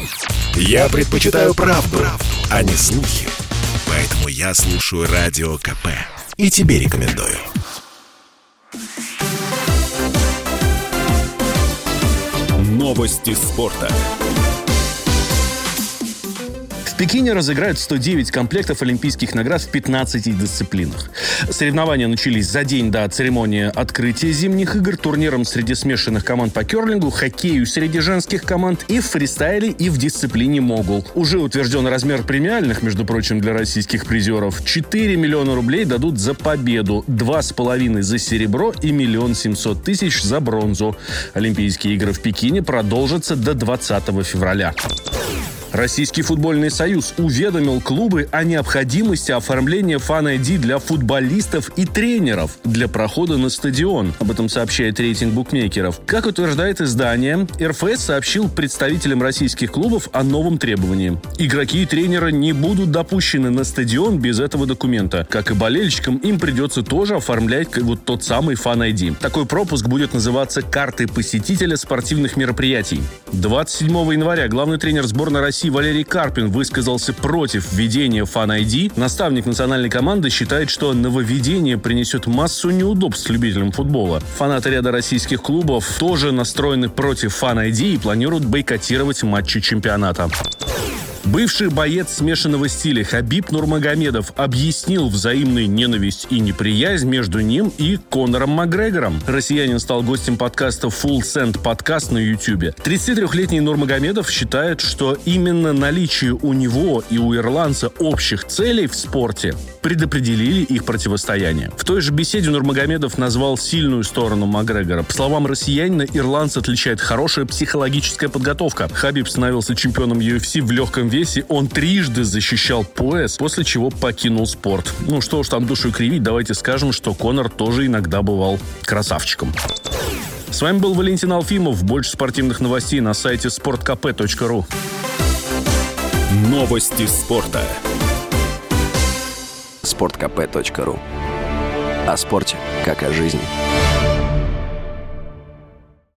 Я предпочитаю правду, а не слухи. Поэтому я слушаю Радио КП. И тебе рекомендую. Новости спорта. В Пекине разыграют 109 комплектов олимпийских наград в 15 дисциплинах. Соревнования начались за день до церемонии открытия зимних игр, турниром среди смешанных команд по керлингу, хоккею среди женских команд и в фристайле, и в дисциплине могул. Уже утвержден размер премиальных, между прочим, для российских призеров. 4 миллиона рублей дадут за победу, 2,5 за серебро и 1 700 000 за бронзу. Олимпийские игры в Пекине продолжатся до 20 февраля. Российский футбольный союз уведомил клубы о необходимости оформления фан-ID для футболистов и тренеров для прохода на стадион. Об этом сообщает рейтинг букмекеров. Как утверждает издание, РФС сообщил представителям российских клубов о новом требовании. Игроки и тренеры не будут допущены на стадион без этого документа. Как и болельщикам, им придется тоже оформлять вот тот самый фан-ID. Такой пропуск будет называться картой посетителя спортивных мероприятий. 27 января главный тренер сборной России Валерий Карпин высказался против введения фан-ID. Наставник национальной команды считает, что нововведение принесет массу неудобств любителям футбола. Фанаты ряда российских клубов тоже настроены против фан-ID и планируют бойкотировать матчи чемпионата. Бывший боец смешанного стиля Хабиб Нурмагомедов объяснил взаимную ненависть и неприязнь между ним и Конором Макгрегором. Россиянин стал гостем подкаста Full Send подкаст на YouTube. 33-летний Нурмагомедов считает, что именно наличие у него и у ирландца общих целей в спорте предопределили их противостояние. В той же беседе Нурмагомедов назвал сильную сторону Макгрегора. По словам россиянина, ирландца отличает хорошая психологическая подготовка. Хабиб становился чемпионом UFC в легком весе, он трижды защищал пояс, после чего покинул спорт. Ну что уж там душу кривить, давайте скажем, что Конор тоже иногда бывал красавчиком. С вами был Валентин Алфимов. Больше спортивных новостей на сайте sportkp.ru. Новости спорта. sportkp.ru. О спорте, как о жизни.